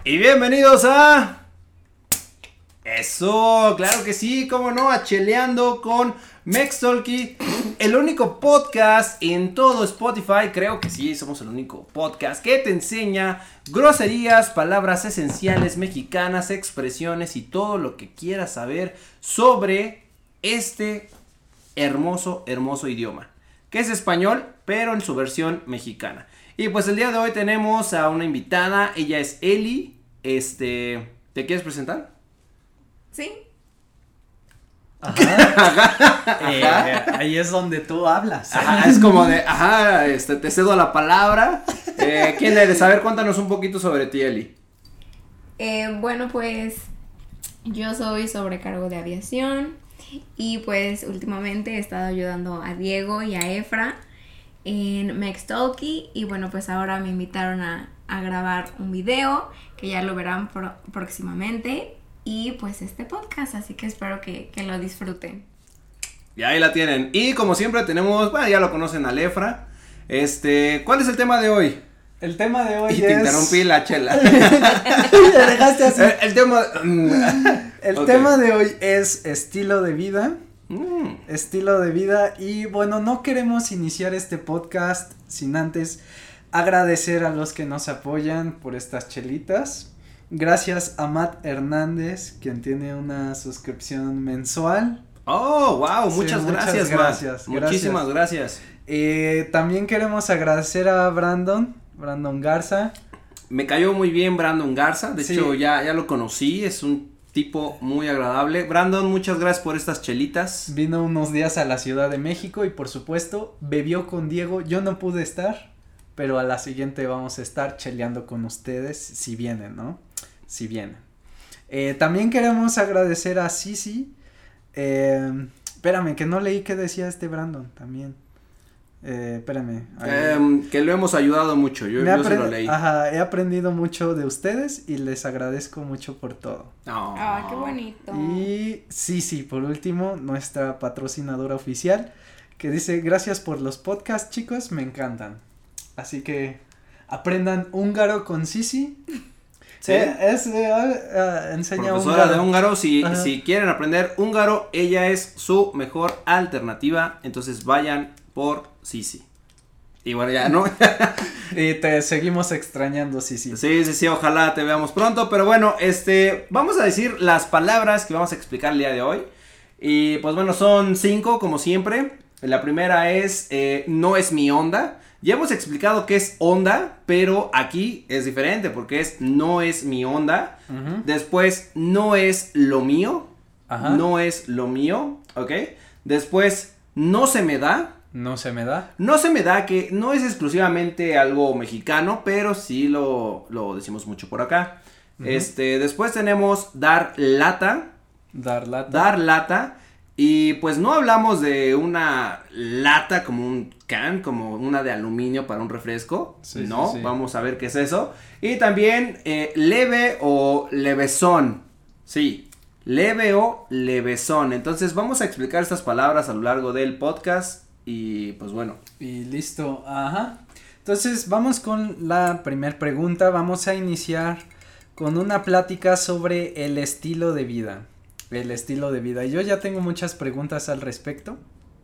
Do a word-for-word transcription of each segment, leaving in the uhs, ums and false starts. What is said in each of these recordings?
Y bienvenidos a... Eso, claro que sí, cómo no, a Cheleando con Mextalky, el único podcast en todo Spotify, creo que sí, somos el único podcast que te enseña groserías, palabras esenciales mexicanas, expresiones y todo lo que quieras saber sobre este hermoso, hermoso idioma, que es español, pero en su versión mexicana. Y pues el día de hoy tenemos a una invitada, ella es Eli, este, ¿te quieres presentar? Sí. Ajá. eh, ahí es donde tú hablas. Ajá, es como de, ajá, este, te cedo la palabra. Eh, ¿Quién eres? A ver, cuéntanos un poquito sobre ti, Eli. Eh, bueno, pues yo soy sobrecargo de aviación y pues últimamente he estado ayudando a Diego y a Efra en Mextalky y bueno, pues ahora me invitaron a, a grabar un video que ya lo verán pro- próximamente. Y pues este podcast, así que espero que, que lo disfruten. Y ahí la tienen. Y como siempre tenemos, bueno, ya lo conocen a Efra. Este, ¿cuál es el tema de hoy? El tema de hoy y es... te interrumpí la chela. Le dejaste así. El, el tema... El okay. tema de hoy es estilo de vida. Mm. Estilo de vida. Y bueno, no queremos iniciar este podcast sin antes agradecer a los que nos apoyan por estas chelitas. Gracias a Matt Hernández, quien tiene una suscripción mensual. Oh, wow, muchas sí, gracias, muchas gracias, Matt. Muchísimas gracias. Eh, también queremos agradecer a Brandon, Brandon Garza. Me cayó muy bien Brandon Garza, de sí. hecho ya, ya lo conocí, es un tipo muy agradable. Brandon, muchas gracias por estas chelitas. Vino unos días a la Ciudad de México y por supuesto bebió con Diego, yo no pude estar, pero a la siguiente vamos a estar cheleando con ustedes si vienen, ¿no? Si vienen. Eh, también queremos agradecer a Sisi. Eh, espérame, que no leí qué decía este Brandon también. Eh, espérame. Eh, que lo hemos ayudado mucho, yo, yo se lo leí. Ajá, he aprendido mucho de ustedes y les agradezco mucho por todo. Oh. Ah, qué bonito. Y Sisi, por último, nuestra patrocinadora oficial, que dice, gracias por los podcasts, chicos, me encantan. Así que aprendan húngaro con Sisi. Sí. Eh, es, eh, uh, enseña Profesora húngaro. de húngaro, si, Ajá. si quieren aprender húngaro, ella es su mejor alternativa, entonces vayan por Sisi. Y bueno, ya, ¿no? Y te seguimos extrañando, Sisi. Sí, sí, sí, ojalá te veamos pronto, pero bueno, este, vamos a decir las palabras que vamos a explicar el día de hoy. Y pues bueno, son cinco, como siempre. La primera es, eh, no es mi onda. Ya hemos explicado qué es onda, pero aquí es diferente porque es no es mi onda. Uh-huh. Después, no es lo mío. Ajá. No es lo mío, ¿ok? Después, no se me da. No se me da. No se me da, que no es exclusivamente algo mexicano, pero sí lo, lo decimos mucho por acá. Uh-huh. Este, después tenemos dar lata. Dar lata. Dar lata. Y pues no hablamos de una lata como un can, como una de aluminio para un refresco. Sí, no, sí, sí. Vamos a ver qué es eso. Y también eh, leve o levesón. Sí, leve o levesón. Entonces vamos a explicar estas palabras a lo largo del podcast. Y pues bueno. Y listo, ajá. Entonces vamos con la primer pregunta. Vamos a iniciar con una plática sobre el estilo de vida. El estilo de vida. Yo ya tengo muchas preguntas al respecto.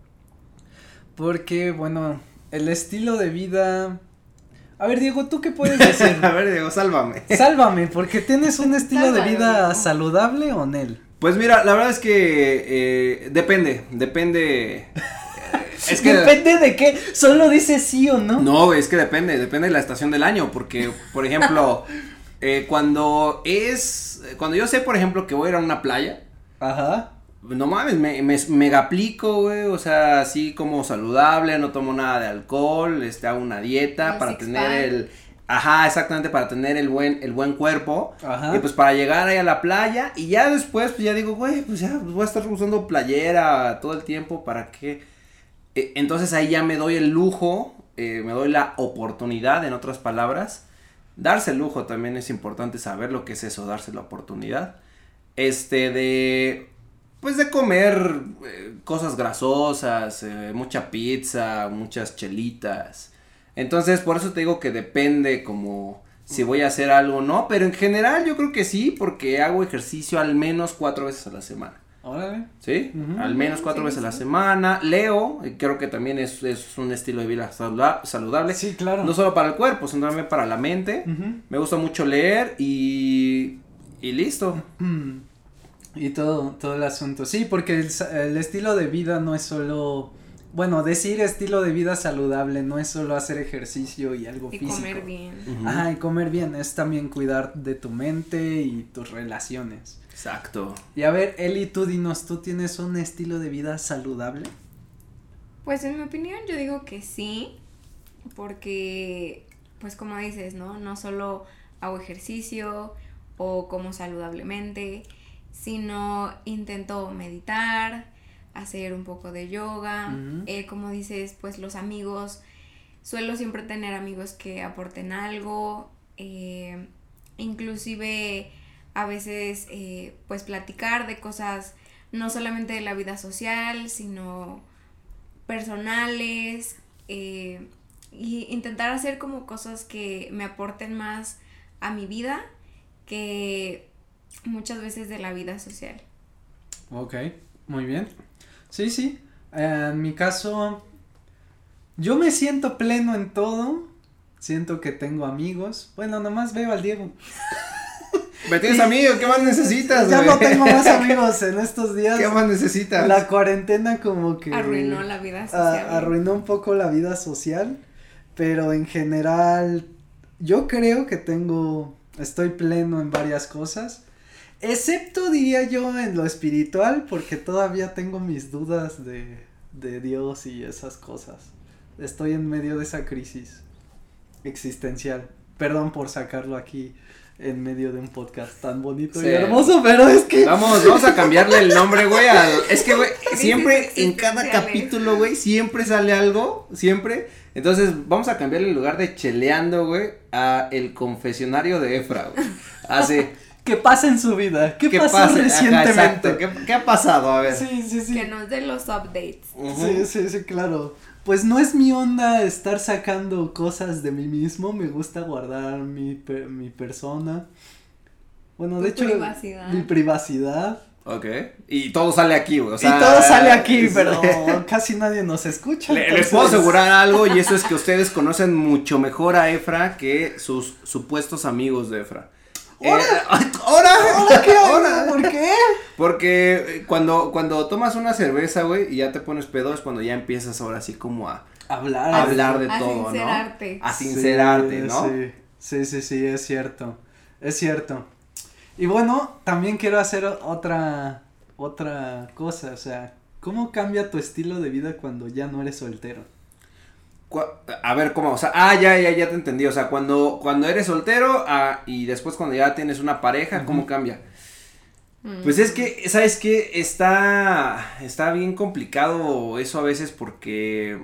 Porque, bueno, el estilo de vida... A ver, Diego, ¿tú qué puedes decir? A ver, Diego, sálvame. Sálvame, porque tienes un estilo Sálvame, de vida Diego. saludable o nel. Pues mira, la verdad es que eh, depende, depende... Es que depende de qué, solo dice sí o no. No, es que depende, depende de la estación del año, porque, por ejemplo, eh, cuando es, cuando yo sé, por ejemplo, que voy a ir a una playa, ajá, no mames, me, me mega aplico, güey, o sea, así como saludable, no tomo nada de alcohol, este, hago una dieta El para six tener pack. el, ajá, exactamente, para tener el buen, el buen cuerpo, ajá. y pues para llegar ahí a la playa, y ya después, pues ya digo, güey, pues ya, pues voy a estar usando playera todo el tiempo, ¿para qué? Entonces ahí ya me doy el lujo, eh, me doy la oportunidad, en otras palabras. Darse el lujo también es importante saber lo que es eso, darse la oportunidad. Este de, pues de comer eh, cosas grasosas, eh, mucha pizza, muchas chelitas. Entonces por eso te digo que depende como si voy a hacer algo o no, pero en general yo creo que sí, porque hago ejercicio al menos cuatro veces a la semana. Órale. ¿Sí? Ujú. Al menos cuatro Sí, veces a la sí. semana. Leo, y creo que también es, es un estilo de vida saluda- saludable. Sí, claro. No solo para el cuerpo, sino también para la mente. Ujú. Me gusta mucho leer y, y listo. Mm. Y todo, todo el asunto. Sí, porque el, sa- el estilo de vida no es solo, bueno, decir estilo de vida saludable no es solo hacer ejercicio y algo Y físico. comer bien. Ujú. Ajá, y comer bien, es también cuidar de tu mente y tus relaciones. Exacto. Y a ver, Eli, tú dinos, ¿tú tienes un estilo de vida saludable? Pues en mi opinión yo digo que sí, porque pues como dices, ¿no? No solo hago ejercicio o como saludablemente, sino intento meditar, hacer un poco de yoga, Ujú. eh, como dices, pues los amigos, suelo siempre tener amigos que aporten algo, eh, inclusive a veces eh, pues platicar de cosas no solamente de la vida social, sino personales, eh, y intentar hacer como cosas que me aporten más a mi vida que muchas veces de la vida social. Ok, muy bien. Sí, sí. Eh, en mi caso, yo me siento pleno en todo. Siento que tengo amigos. Bueno, nomás veo al Diego. ¿Me tienes amigo? ¿Qué más necesitas, Ya güey? no tengo más amigos en estos días. ¿Qué más necesitas? La cuarentena como que Arruinó la vida a- social. arruinó un poco la vida social, pero en general yo creo que tengo, estoy pleno en varias cosas, excepto diría yo en lo espiritual, porque todavía tengo mis dudas de, de Dios y esas cosas. Estoy en medio de esa crisis existencial. Perdón por sacarlo aquí en medio de un podcast tan bonito Sí. y hermoso, pero es que Vamos, vamos a cambiarle el nombre, güey, al... Es que, güey, Crisis siempre en cada existenciales. capítulo, güey, siempre sale algo, siempre. Entonces, vamos a cambiarle en lugar de cheleando, güey, a el confesionario de Efra, güey. Así. ¿qué pasa en su vida? ¿Qué, ¿Qué pasó pasa? Ajá, recientemente? exacto. ¿Qué, ¿Qué ha pasado? A ver. Sí, sí, sí. Que nos den los updates. Ujú. Sí, sí, sí, claro. Pues no es mi onda estar sacando cosas de mí mismo, me gusta guardar mi, per- mi persona. Bueno, de Tu hecho, privacidad. mi privacidad. Ok. Y todo sale aquí, güey. O sea, y todo sale aquí, sí. pero casi nadie nos escucha. Le- les entonces- puedo asegurar algo y eso es que ustedes conocen mucho mejor a Efra que sus supuestos amigos de Efra. ¡Ahora! Eh, ay, ¡Ahora! ¿Ahora qué hago? ¡Ahora! ¿Por qué? Porque eh, cuando, cuando tomas una cerveza, güey, y ya te pones pedo, es cuando ya empiezas ahora así como a Hablar. a hablar de A todo, sincerarte. ¿no? A Sí, sincerarte, ¿no? Sí, sí, sí, sí, es cierto. Es cierto. Y bueno, también quiero hacer otra, otra cosa, o sea, ¿cómo cambia tu estilo de vida cuando ya no eres soltero? Cu- A ver, ¿cómo? O sea, ah, ya, ya, ya te entendí. O sea, cuando, cuando eres soltero, ah, y después cuando ya tienes una pareja, ¿cómo Ujú. cambia? Mm. Pues es que, ¿sabes qué? Está, está bien complicado eso a veces porque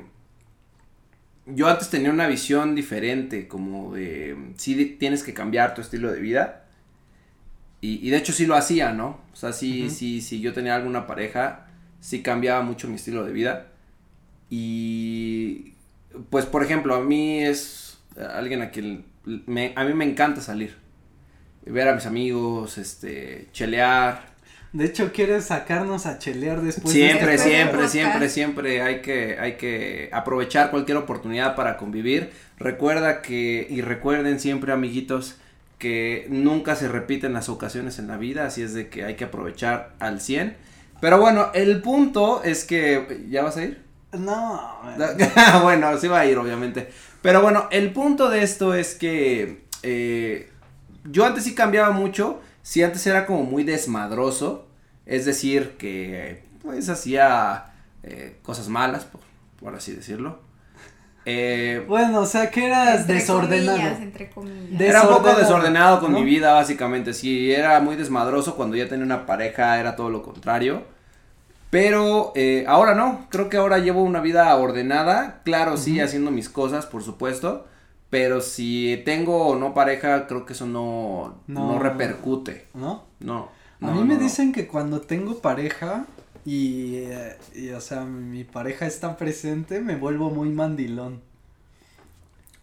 yo antes tenía una visión diferente, como de, sí tienes que cambiar tu estilo de vida. Y, y de hecho sí lo hacía, ¿no? O sea, sí, Ujú. sí, sí, yo tenía alguna pareja, sí cambiaba mucho mi estilo de vida. Y, pues, por ejemplo, a mí es alguien a quien, me, a mí me encanta salir. Ver a mis amigos, este, chelear. De hecho, ¿quieres sacarnos a chelear después? Siempre, de este siempre, podcast. siempre, siempre hay que, hay que aprovechar cualquier oportunidad para convivir. Recuerda que, y recuerden siempre, amiguitos, que nunca se repiten las ocasiones en la vida, así es de que hay que aprovechar al cien. Pero bueno, el punto es que, ¿ya vas a ir? No. Bueno, sí va a ir, obviamente. Pero bueno, el punto de esto es que eh, yo antes sí cambiaba mucho. Sí, antes era como muy desmadroso. Es decir, que pues hacía eh, cosas malas, por, por así decirlo. Eh, Bueno, o sea, que eras Entre desordenado. comillas, entre comillas. De- era un poco desordenado, desordenado con ¿no? mi vida, básicamente. Sí, era muy desmadroso. Cuando ya tenía una pareja era todo lo contrario. Pero eh, ahora no, creo que ahora llevo una vida ordenada, claro, sí, Ujú. haciendo mis cosas, por supuesto, pero si tengo o no pareja, creo que eso no, no. No. repercute, ¿No? no. A no, mí no, me no. dicen que cuando tengo pareja y, eh, y, o sea, mi pareja está presente, me vuelvo muy mandilón.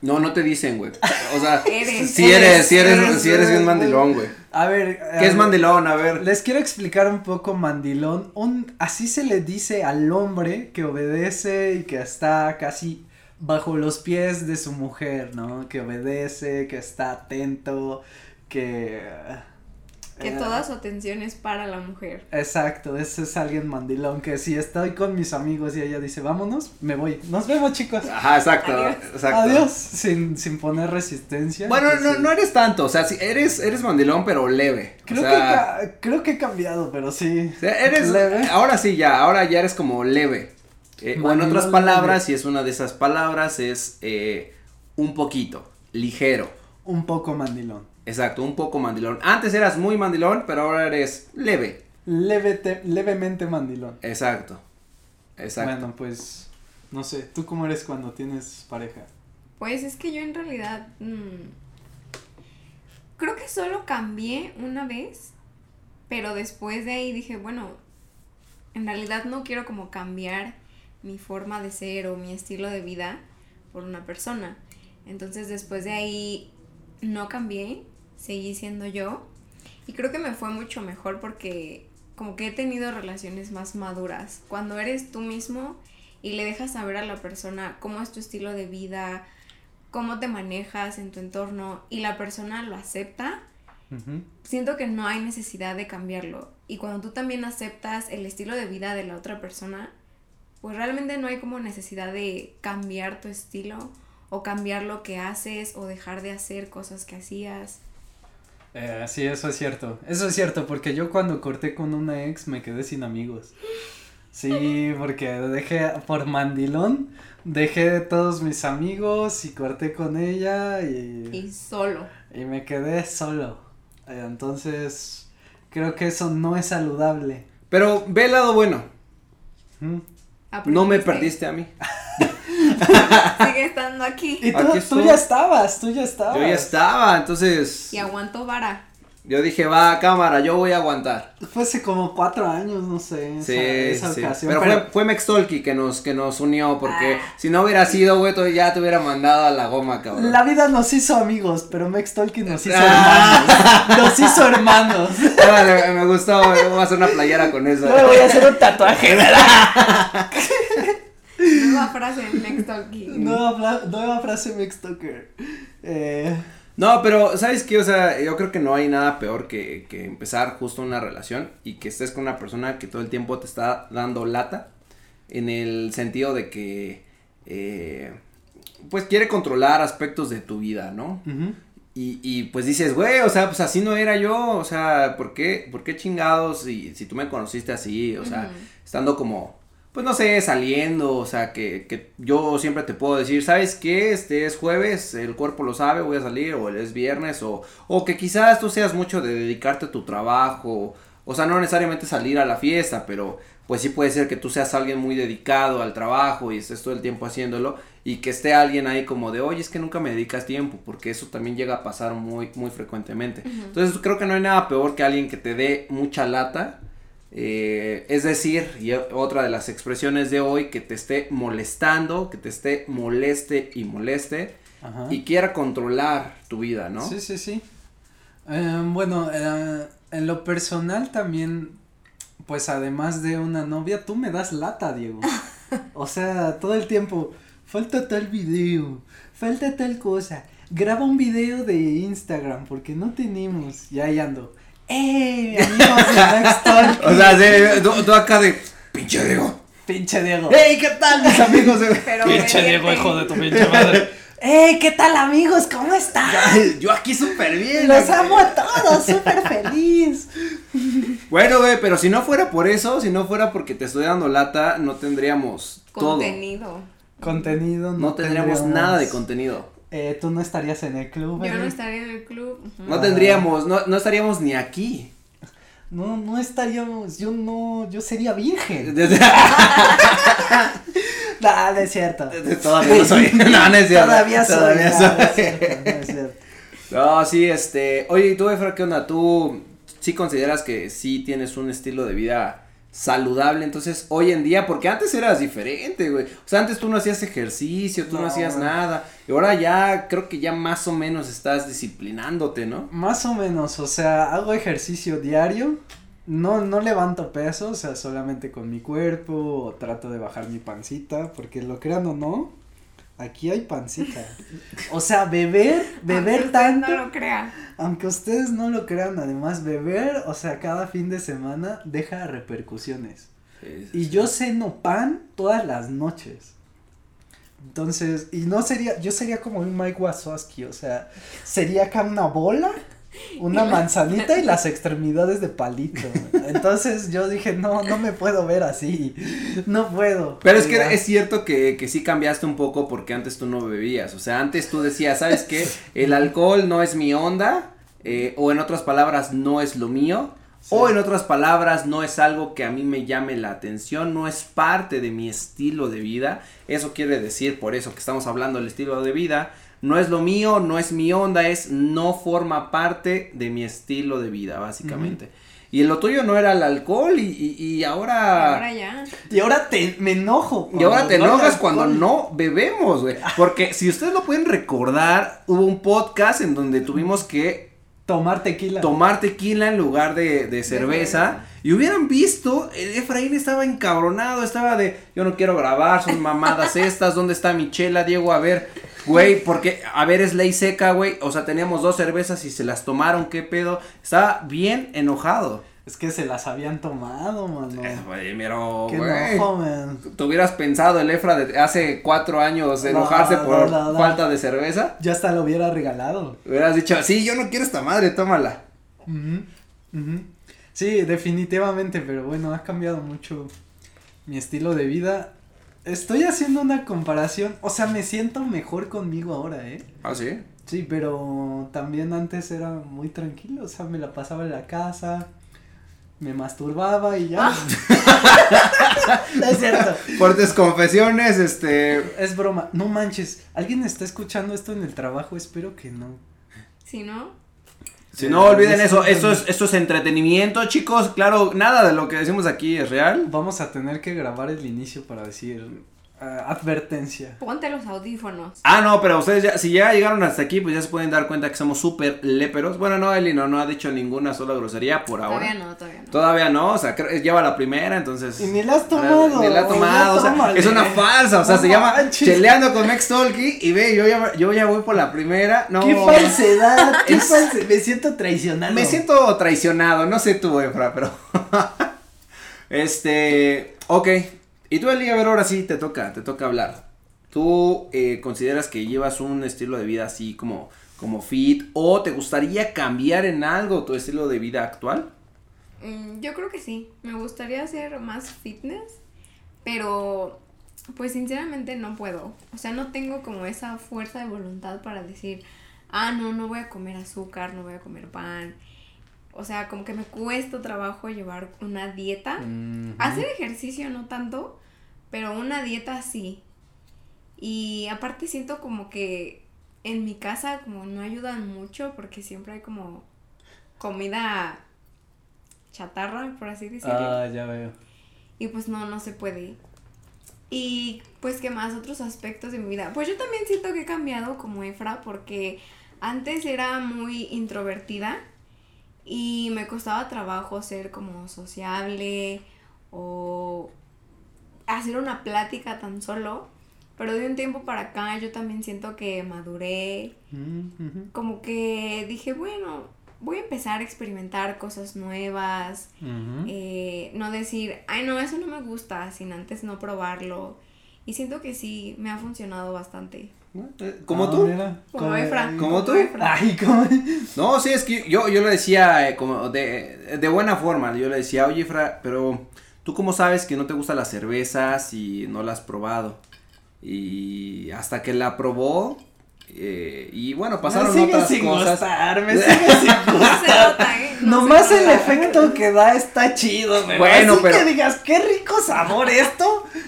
No, no te dicen, güey. O sea, Eres, si eres, si eres, eres, si eres bien eres, mandilón, güey. A ver. ¿Qué a es ver, mandilón? A ver. Les quiero explicar un poco mandilón. Un, así se le dice al hombre que obedece y que está casi bajo los pies de su mujer, ¿no? Que obedece, que está atento, que... Que eh, toda su atención es para la mujer. Exacto, ese es alguien mandilón que si estoy con mis amigos y ella dice, vámonos, me voy. Nos vemos, chicos. Ajá, exacto, Adiós. exacto. Adiós, sin, sin poner resistencia. Bueno, no, entonces, no eres tanto, o sea, si eres, eres mandilón, pero leve. Creo, o que, sea, ca- creo que he cambiado, pero sí. o sea, eres, leve. ahora sí ya, ahora ya eres como leve. Eh, o en Mandilón otras palabras, leve. si es una de esas palabras, es eh, un poquito, ligero. Un poco mandilón. Exacto, un poco mandilón. Antes eras muy mandilón, pero ahora eres leve. Levete, levemente mandilón. Exacto, exacto. Bueno, pues, no sé, ¿tú cómo eres cuando tienes pareja? Pues es que yo en realidad mm, creo que solo cambié una vez, pero después de ahí dije, bueno, en realidad no quiero como cambiar mi forma de ser o mi estilo de vida por una persona. Entonces después de ahí no cambié, seguí siendo yo y creo que me fue mucho mejor porque como que he tenido relaciones más maduras. Cuando eres tú mismo y le dejas saber a la persona cómo es tu estilo de vida, cómo te manejas en tu entorno y la persona lo acepta, Uh-huh. siento que no hay necesidad de cambiarlo. Y cuando tú también aceptas el estilo de vida de la otra persona, pues realmente no hay como necesidad de cambiar tu estilo o cambiar lo que haces o dejar de hacer cosas que hacías. Eh, sí, eso es cierto. Eso es cierto, porque yo cuando corté con una ex me quedé sin amigos. Sí, porque dejé, por mandilón, dejé de todos mis amigos y corté con ella y, Y solo. y me quedé solo. Eh, entonces, creo que eso no es saludable. Pero ve el lado bueno, ¿Mm? no me Aprendiste. perdiste a mí. Sigue estando aquí. Y tú, Aquí tú estoy. ya estabas, tú ya estabas. Yo ya estaba, entonces Y aguantó vara. yo dije, va, cámara, yo voy a aguantar. Fue hace como cuatro años, no sé, esa, Sí, esa sí. ocasión. Pero, pero- fue, fue Mextolki que nos, que nos unió, porque Ah. si no hubiera sido, güey, tú ya te hubiera mandado a la goma, cabrón. La vida nos hizo amigos, pero Mex Tolkien nos hizo Ah. hermanos. Nos hizo hermanos. Órale, me gustó, güey, voy a hacer una playera con eso. Yo me voy a hacer un tatuaje, ¿verdad? Nueva frase en Next Talking. Nueva, fla- nueva frase Mex Talker. Eh, No, pero, ¿sabes qué? O sea, yo creo que no hay nada peor que, que empezar justo una relación y que estés con una persona que todo el tiempo te está dando lata, en el sentido de que, eh, pues quiere controlar aspectos de tu vida, ¿no? uh-huh. Y, y pues dices, güey, o sea, pues así no era yo, o sea, ¿por qué, por qué chingados si, si tú me conociste así? O sea, Ujú. estando como, pues no sé, saliendo, o sea, que, que yo siempre te puedo decir, ¿sabes qué? Este es jueves, el cuerpo lo sabe, voy a salir, o es viernes, o, o que quizás tú seas mucho de dedicarte a tu trabajo, o sea, no necesariamente salir a la fiesta, pero pues sí puede ser que tú seas alguien muy dedicado al trabajo y estés todo el tiempo haciéndolo, y que esté alguien ahí como de, oye, es que nunca me dedicas tiempo, porque eso también llega a pasar muy, muy frecuentemente. Ujú. Entonces creo que no hay nada peor que alguien que te dé mucha lata, eh, es decir, y otra de las expresiones de hoy, que te esté molestando, que te esté moleste y moleste, Ajá. y quiera controlar tu vida, ¿no? Sí, sí, sí. Eh, bueno, eh, en lo personal también, pues además de una novia, tú me das lata, Diego. O sea, todo el tiempo, falta tal video, falta tal cosa, graba un video de Instagram porque no tenemos, y ahí ando. ¡Eh, amigos de Next Talk! O sea, sí, tú, tú acá de, pinche Diego. Pinche Diego. ¡Hey, qué tal, mis amigos! Pero Pinche obediente. Diego, hijo de tu pinche madre. ¡Eh, qué tal, amigos! ¿Cómo están? Yo aquí súper bien. Los acá. amo a todos, súper feliz. Bueno, güey, pero si no fuera por eso, si no fuera porque te estoy dando lata, no tendríamos todo. Contenido. Contenido, no, No tendríamos nada de contenido. Eh, tú no estarías en el club, Yo no ¿verdad? estaría en el club. Ujú. No tendríamos, no, no estaríamos ni aquí. No, no estaríamos, yo no, yo sería virgen. No, no es cierto. Todavía no soy. No, no es cierto. Todavía soy. Todavía no, soy. no es cierto, no es cierto. No, sí, este. Oye, ¿y tú, Efra, qué onda? ¿Tú sí consideras que sí tienes un estilo de vida saludable, entonces hoy en día, porque antes eras diferente, güey, o sea, antes tú no hacías ejercicio, tú no, no hacías nada, y ahora ya, creo que ya más o menos estás disciplinándote, ¿no? Más o menos, o sea, hago ejercicio diario, no, no levanto peso, o sea, solamente con mi cuerpo, o trato de bajar mi pancita, porque lo crean o no, aquí hay pancita, o sea, beber, beber aunque tanto. No lo crean. Aunque ustedes no lo crean, además beber, o sea, cada fin de semana deja repercusiones. Sí, sí, y sí. Yo ceno pan todas las noches. Entonces, y no sería, yo sería como un Mike Wazowski, o sea, sería acá una bola, una manzanita y las extremidades de palito. Entonces yo dije, no, no me puedo ver así, no puedo. Pero es que ya. Es cierto que, que sí cambiaste un poco porque antes tú no bebías, o sea, antes tú decías, ¿sabes qué? El alcohol no es mi onda, eh, o en otras palabras, no es lo mío. Sí. O en otras palabras, no es algo que a mí me llame la atención, no es parte de mi estilo de vida. Eso quiere decir, por eso que estamos hablando del estilo de vida, no es lo mío, no es mi onda, es no forma parte de mi estilo de vida, básicamente. Uh-huh. Y lo tuyo no era el alcohol y, y, y ahora... Y ahora ya. Y ahora te, me enojo. Y ahora te enojas cuando no bebemos, güey. Porque si ustedes lo pueden recordar, hubo un podcast en donde tuvimos que... Tomar tequila. Tomar tequila en lugar de, de cerveza. Y hubieran visto, Efraín estaba encabronado, estaba de, yo no quiero grabar, son mamadas estas, ¿dónde está mi chela, Diego? A ver, güey, porque, a ver, es ley seca, güey, o sea, teníamos dos cervezas y se las tomaron, ¿qué pedo? Estaba bien enojado. Es que se las habían tomado, mano. Eh, güey, pero, Qué güey. enojo, man. ¿Tú hubieras pensado el Efra de hace cuatro años enojarse no, por no, no, falta de cerveza? Yo hasta lo hubiera regalado. Hubieras dicho, sí, yo no quiero esta madre, tómala. Uh-huh, uh-huh. Sí, definitivamente, pero bueno, ha cambiado mucho mi estilo de vida. Estoy haciendo una comparación, o sea, me siento mejor conmigo ahora, ¿eh? ¿Ah, sí? Sí, pero también antes era muy tranquilo, o sea, me la pasaba en la casa, me masturbaba y ya. No es cierto. Fuertes confesiones, este... Es broma, no manches, ¿alguien está escuchando esto en el trabajo? Espero que no. Si no... Si no olviden eso, eso es, eso es entretenimiento, chicos, claro, nada de lo que decimos aquí es real. Vamos a tener que grabar el inicio para decir uh, advertencia. Ponte los audífonos. Ah, no, pero ustedes ya, si ya llegaron hasta aquí, pues ya se pueden dar cuenta que somos súper léperos. Bueno, no, Eli no, no ha dicho ninguna sola grosería por ahora. Todavía no, todavía no. Todavía no, o sea, lleva la primera, entonces. Y ni la has tomado. Ni la ha tomado, o sea, tómale. Es una falsa, o sea, no se llama manches. Cheleando con Mextalky y ve, yo ya, yo ya voy por la primera, no. ¡Qué falsedad! ¡Qué es... falsedad! Me siento traicionado. Me siento traicionado, no sé tú, Efra, pero. este, ok. Y tú, Eli, a ver, ahora sí te toca, te toca hablar. ¿Tú eh, consideras que llevas un estilo de vida así como, como fit o te gustaría cambiar en algo tu estilo de vida actual? Mm, yo creo que sí, me gustaría hacer más fitness, pero pues sinceramente no puedo. O sea, no tengo como esa fuerza de voluntad para decir, ah, no, no voy a comer azúcar, no voy a comer pan. O sea, como que me cuesta trabajo llevar una dieta. Mm-hmm. Hacer ejercicio no tanto, pero una dieta sí. Y aparte siento como que en mi casa como no ayudan mucho porque siempre hay como comida chatarra, por así decirlo. Ah, ya veo. Y pues no, no se puede. Y pues qué más, otros aspectos de mi vida. Pues yo también siento que he cambiado como Efra porque antes era muy introvertida y me costaba trabajo ser como sociable o hacer una plática tan solo. Pero de un tiempo para acá yo también siento que maduré, mm-hmm. como que dije, bueno, voy a empezar a experimentar cosas nuevas, uh-huh. eh, no decir, ay no, eso no me gusta, sin antes no probarlo. Y siento que sí, me ha funcionado bastante. ¿Como ah, tú? Mira, como, como Efra. ¿Como tú? Efra. Ay, ¿cómo? No, sí, es que yo, yo le decía eh, como de, de buena forma, yo le decía, oye Efra, pero ¿tú cómo sabes que no te gustan las cervezas y no las has probado? Y hasta que la probó, eh, y bueno, pasaron me otras sin cosas. Gustar, me sigue sin gustar. ¿eh? No Nomás el efecto que da está chido, pero bueno, así pero... que digas, qué rico sabor esto.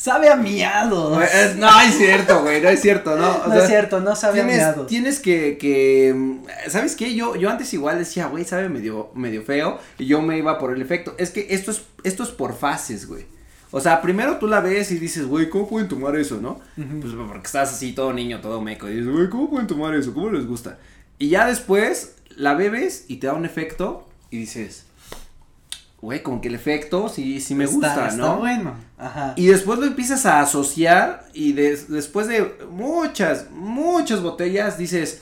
Sabe a miados. Güey, es- no es cierto, güey, no es cierto, ¿no? O No sea, es cierto, no sabe a Tienes, miados. tienes que, que, mm, ¿sabes qué? Yo, yo antes igual decía, güey, sabe medio, medio feo, y yo me iba por el efecto. Es que esto es, esto es por fases, güey. O sea, primero tú la ves y dices, güey, ¿cómo pueden tomar eso, no? Ujú. Pues porque estás así todo niño, todo meco, y dices, güey, ¿cómo pueden tomar eso? ¿Cómo les gusta? Y ya después la bebes y te da un efecto y dices, güey, como que el efecto sí, sí me Está- gusta, está ¿no? bueno. Ajá. Y después lo empiezas a asociar y des- después de muchas, muchas botellas dices,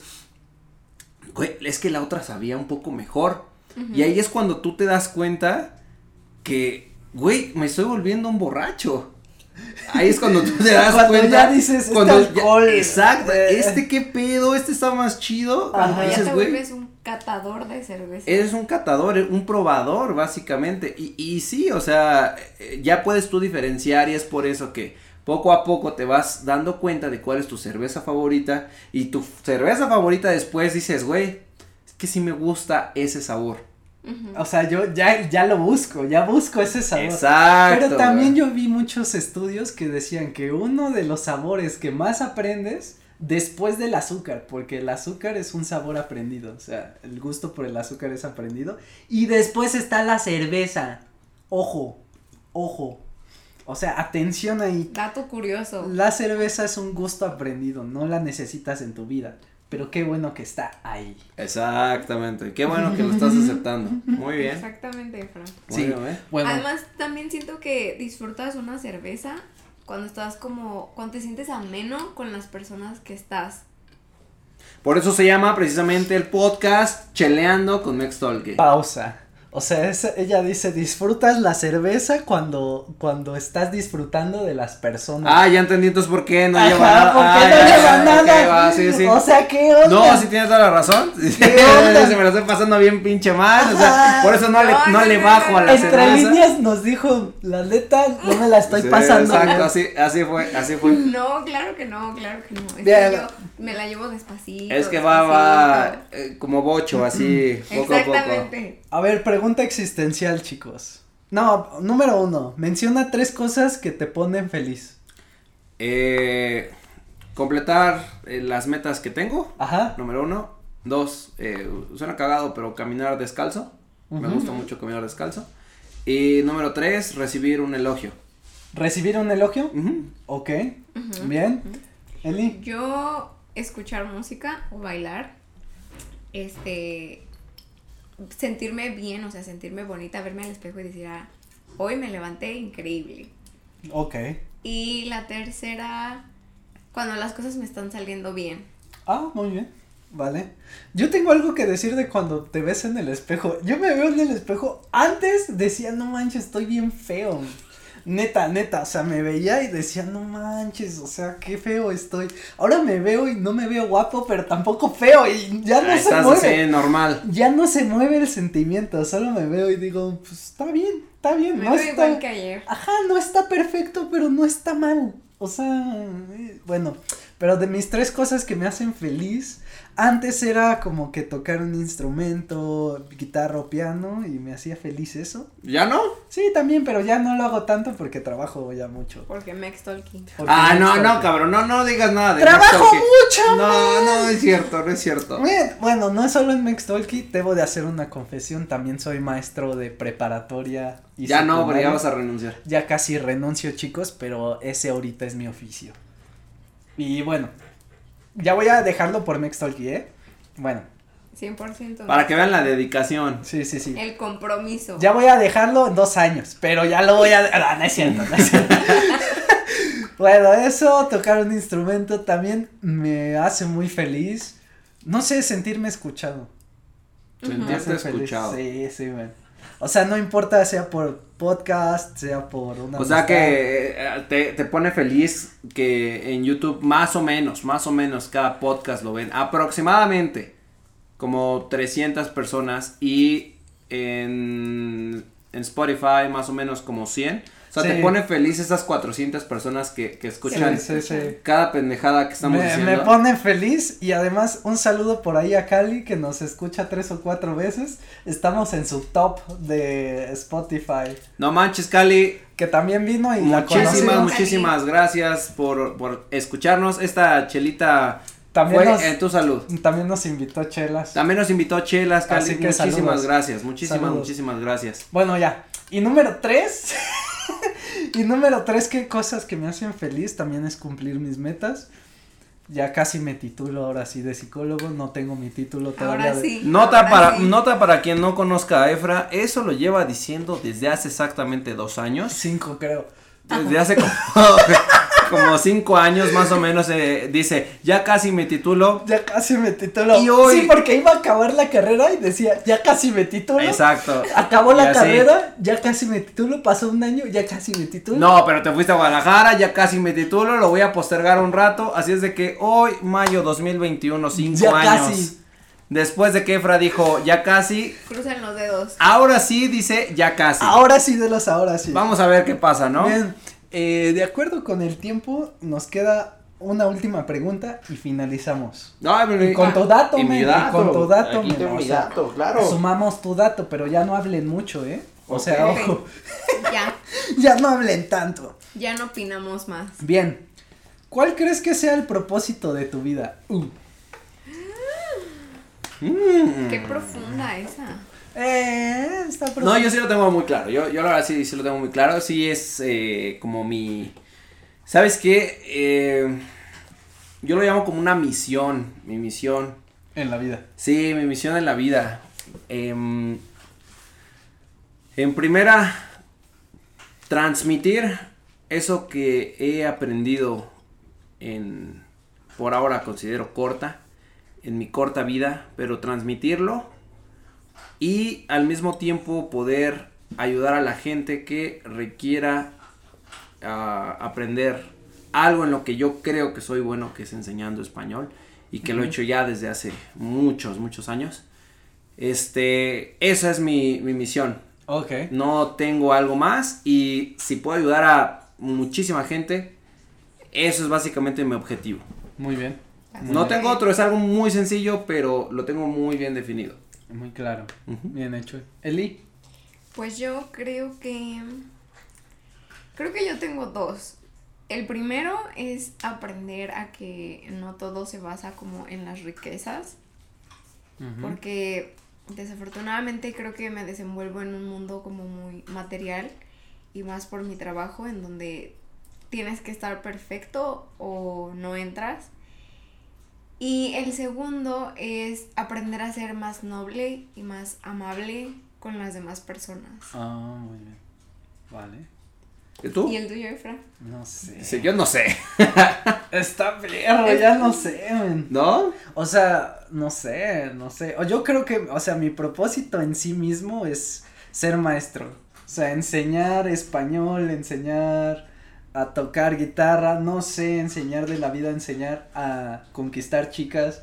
güey, es que la otra sabía un poco mejor. Y ahí es cuando tú te das cuenta que, güey, me estoy volviendo un borracho. Ahí es cuando tú te das Cuando cuenta. ya dices, este cuando ya- alcohol, exacto, eh, este qué pedo, este está más chido. Ajá. Cuando ya Dices, te güey, vuelves un catador de cerveza. eres un catador, un probador, básicamente. Y, y sí, o sea, eh, ya puedes tú diferenciar y es por eso que poco a poco te vas dando cuenta de cuál es tu cerveza favorita. Y tu cerveza favorita después dices, güey, es que sí me gusta ese sabor. Ujú. O sea, yo ya, ya lo busco, ya busco ese sabor. Exacto. Pero también güey. yo vi muchos estudios que decían que uno de los sabores que más aprendes después del azúcar, porque el azúcar es un sabor aprendido, o sea, el gusto por el azúcar es aprendido, y después está la cerveza. Ojo, ojo. O sea, atención ahí. Dato curioso. La cerveza es un gusto aprendido, no la necesitas en tu vida, pero qué bueno que está ahí. Exactamente. Qué bueno que lo estás aceptando. Muy bien. Exactamente, Efra. Muy Sí. bien, ¿eh? Bueno, Además, también siento que disfrutas una cerveza cuando estás como, cuando te sientes ameno con las personas que estás. Por eso se llama precisamente el podcast Cheleando con Mex Tolke. pausa. O sea, es- ella dice, disfrutas la cerveza cuando, cuando estás disfrutando de las personas. Ah, ya entendí entonces por qué no Ajá, lleva nada. ¿por qué Ah, no ya, lleva ya, nada? ok, va, sí, sí. O sea, ¿qué onda? No, sí tienes toda la razón. onda? Se me lo estoy pasando bien pinche mal. O sea, Ajá. por eso no, le, No, no no, le no, bajo no, a la Entre cerveza. líneas nos dijo, la neta, no me la estoy Sí, pasando. Exacto, bien. así, así fue, así fue. No, claro que no, claro que no. Es Bien. que yo me la llevo despacito. Es que va, va despacito. eh, como bocho, así, poco a poco. Exactamente. A ver, pregunta existencial, chicos. No, número uno, menciona tres cosas que te ponen feliz. Eh, completar eh, las metas que tengo, Ajá. número uno. Dos, eh, suena cagado, pero caminar descalzo. Me Ujú. gusta mucho caminar descalzo. Y número tres, recibir un elogio. ¿Recibir un elogio? Ujú. Ok, Ujú. bien. Eli. Yo escuchar música o bailar, este, sentirme bien, o sea, sentirme bonita, verme al espejo y decir, ah, hoy me levanté increíble. Ok. Y la tercera, cuando las cosas me están saliendo bien. Ah, muy bien. Vale. Yo tengo algo que decir de cuando te ves en el espejo. Yo me veo en el espejo. Antes decía, no manches, estoy bien feo. Neta, neta, o sea, me veía y decía, no manches, o sea, qué feo estoy. Ahora me veo y no me veo guapo, pero tampoco feo y ya no Ah, se estás mueve. así, normal. Ya no se mueve el sentimiento, solo me veo y digo, pues está bien, está bien, Me no veo está. igual que ayer. Ajá, no está perfecto, pero no está mal. O sea, eh, bueno, pero de mis tres cosas que me hacen feliz, antes era como que tocar un instrumento, guitarra o piano, y me hacía feliz eso. ¿Ya no? Sí, también, pero ya no lo hago tanto porque trabajo ya mucho. Porque Mex Talking. Porque Ah, me no, gusta no, que- cabrón, no, no digas nada de ¡Trabajo Mex Talkie. mucho, No, no es cierto, no es cierto. Bien, bueno, no es solo en Mextalki, debo de hacer una confesión, también soy maestro de preparatoria y Ya no, pero ya secundaria. vas a renunciar. Ya casi renuncio, chicos, pero ese ahorita es mi oficio. Y bueno, ya voy a dejarlo por Mextalki, ¿eh? Bueno, cien por ciento. Para que vean la dedicación. sí, sí, sí. El compromiso. Ya voy a dejarlo en dos años, pero ya lo voy a... Ah, no es cierto, no es cierto. Bueno, eso, tocar un instrumento también me hace muy feliz. No sé, sentirme escuchado. Me Sentirte hace feliz. escuchado. Sí, sí, man. O sea, no importa sea por podcast, sea por una O sea amistad. que eh, te, te pone feliz que en YouTube más o menos, más o menos cada podcast lo ven aproximadamente como trescientas personas y en, en Spotify más o menos como cien. O sea, Sí. te pone feliz esas cuatrocientas personas que, que escuchan Sí, sí, sí. cada pendejada que estamos Me, diciendo. me pone feliz y además un saludo por ahí a Cali que nos escucha tres o cuatro veces. Estamos en su top de Spotify. No manches, Cali. Que también vino y la Muchísimas, conocimos. muchísimas gracias por, por escucharnos. Esta chelita También fue nos- en tu salud. También nos invitó Chelas. También nos invitó Chelas, Cali. Así que Muchísimas saludos. gracias, muchísimas, Saludos. muchísimas gracias. Bueno, ya. Y número tres. y número tres, qué cosas que me hacen feliz también es cumplir mis metas. Ya casi me titulo ahora sí de psicólogo, no tengo mi título todavía. Ahora de- sí. Nota ahora para, sí. nota para quien no conozca a Efra, eso lo lleva diciendo desde hace exactamente dos años. Cinco creo. Desde hace como, como cinco años más o menos eh, dice, ya casi me titulo. Ya casi me titulo. Y hoy- Sí, porque iba a acabar la carrera y decía, ya casi me titulo. Exacto. Acabó Y la así. carrera, ya casi me titulo, pasó un año, ya casi me titulo. No, pero te fuiste a Guadalajara, ya casi me titulo, lo voy a postergar un rato, así es de que hoy, mayo dos mil veintiuno, cinco Ya años. casi. Después de que Efra dijo, ya casi, Crucen los dedos. ahora sí dice, ya casi. Ahora sí de los ahora sí. Vamos a ver qué pasa, ¿no? Bien, eh, de acuerdo con el tiempo, nos queda una última pregunta y finalizamos. No, pero- Y con tu dato, y mi men, y dato. con tu dato, Aquí men, tengo o mi sea, dato, claro. Sumamos tu dato, pero ya no hablen mucho, ¿eh? O sea, Ok. ojo, Ya, ya no hablen tanto. ya no opinamos más. Bien, ¿cuál crees que sea el propósito de tu vida? Uh. Mm. Qué profunda esa. Eh, está No, yo sí lo tengo muy claro. Yo, yo la verdad sí, sí lo tengo muy claro. Sí es eh, como mi. ¿Sabes qué? Eh, yo lo llamo como una misión. Mi misión. En la vida. Sí, mi misión en la vida. Em, en primera, transmitir eso que he aprendido en. Por ahora considero corta. En mi corta vida. Pero transmitirlo. Y al mismo tiempo poder ayudar a la gente que requiera ah, aprender algo en lo que yo creo que soy bueno, que es enseñando español, y que lo he hecho ya desde hace muchos, muchos años. Este, esa es mi, mi misión. Ok. No tengo algo más, y si puedo ayudar a muchísima gente, eso es básicamente mi objetivo. Muy bien. Muy No bien. tengo otro, es algo muy sencillo, pero lo tengo muy bien definido. Muy claro. Ujú. Bien hecho. Eli. Pues yo creo que. Creo que yo tengo dos. El primero es aprender a que no todo se basa como en las riquezas. Ujú. Porque desafortunadamente creo que me desenvuelvo en un mundo como muy material. Y más por mi trabajo, en donde tienes que estar perfecto o no entras. Y el segundo es aprender a ser más noble y más amable con las demás personas. Ah, muy bien. Vale. ¿Y tú? ¿Y el tuyo, Efra? No sé. Sí, yo no sé. Está perro, ya no sé, men. ¿No? O sea, no sé, no sé. O yo creo que, o sea, mi propósito en sí mismo es ser maestro. O sea, enseñar español, enseñar a tocar guitarra, no sé, enseñar de la vida, enseñar a conquistar chicas.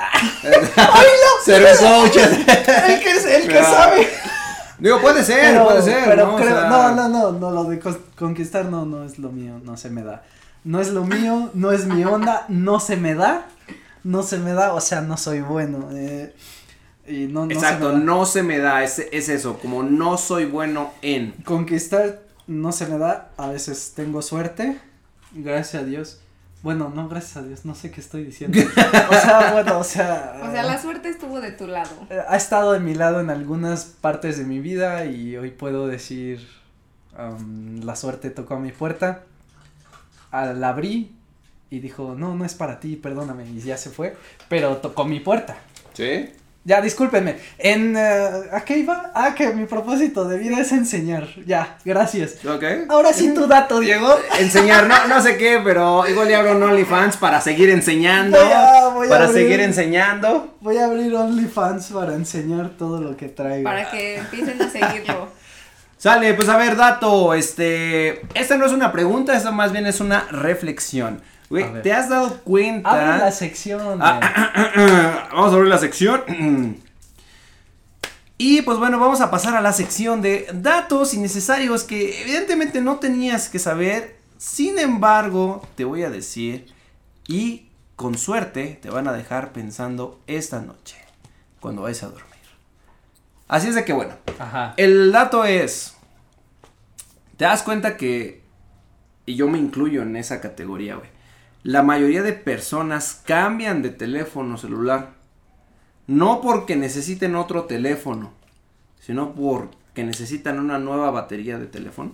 Ser un coach. El que es el que Claro. sabe. Digo, puede ser, Pero, puede ser. pero ¿no? O creo, sea, no, no, no, no, lo de cos- conquistar no, no es lo mío, no se me da. No es lo mío, no es mi onda, no se me da, no se me da, o sea, no soy bueno. Eh, y no, no Exacto, se me da. no se me da, es, es eso, como no soy bueno en. Conquistar no se me da, a veces tengo suerte, gracias a Dios. Bueno, no, gracias a Dios, no sé qué estoy diciendo. O sea, bueno, o sea. O sea, la suerte estuvo de tu lado. eh, ha estado de mi lado en algunas partes de mi vida y hoy puedo decir, um, la suerte tocó a mi puerta, a- la abrí y dijo, no, no es para ti, perdóname, y ya se fue, pero tocó mi puerta. ¿Sí? Ya, discúlpenme, en, uh, ¿a qué iba? Ah, que mi propósito de vida es enseñar, ya, gracias. Ok. Ahora sí tu dato, Diego. Enseñar, no, no sé qué, pero igual le abro un OnlyFans para seguir enseñando. Voy a- voy a para abrir- seguir enseñando. Voy a abrir OnlyFans para enseñar todo lo que traigo. Para que empiecen a seguirlo. Sale, pues a ver, dato, este, esta no es una pregunta, esta más bien es una reflexión. Güey, A ver. ¿te has dado cuenta? Abre la sección. Ah, men. ah, ah, ah, vamos a abrir la sección. Y pues bueno, vamos a pasar a la sección de datos innecesarios que evidentemente no tenías que saber. Sin embargo, te voy a decir y con suerte te van a dejar pensando esta noche cuando vayas a dormir. Así es de que bueno, Ajá. el dato es, te das cuenta que, y yo me incluyo en esa categoría, güey, la mayoría de personas cambian de teléfono celular, no porque necesiten otro teléfono, sino porque necesitan una nueva batería de teléfono.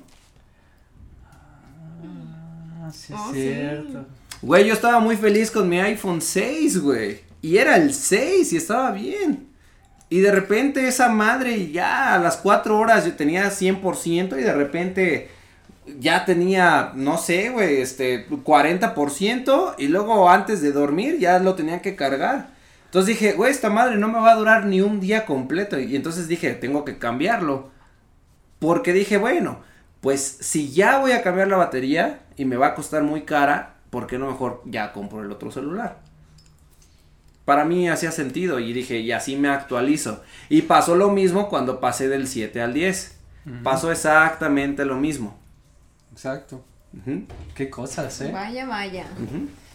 Ah, sí es Oh, cierto. Güey, yo estaba muy feliz con mi iPhone seis, güey, y era el seis y estaba bien. Y de repente esa madre ya a las cuatro horas yo tenía cien por ciento y de repente ya tenía, no sé, güey, este, cuarenta por ciento y luego antes de dormir ya lo tenía que cargar. Entonces dije, güey, esta madre no me va a durar ni un día completo. Y entonces dije, tengo que cambiarlo. Porque dije, bueno, pues si ya voy a cambiar la batería y me va a costar muy cara, ¿por qué no mejor ya compro el otro celular? Para mí hacía sentido y dije, y así me actualizo. Y pasó lo mismo cuando pasé del siete al diez. Uh-huh. Pasó exactamente lo mismo. Exacto. Uh-huh. Qué cosas, ¿eh? Vaya, vaya. Uh-huh.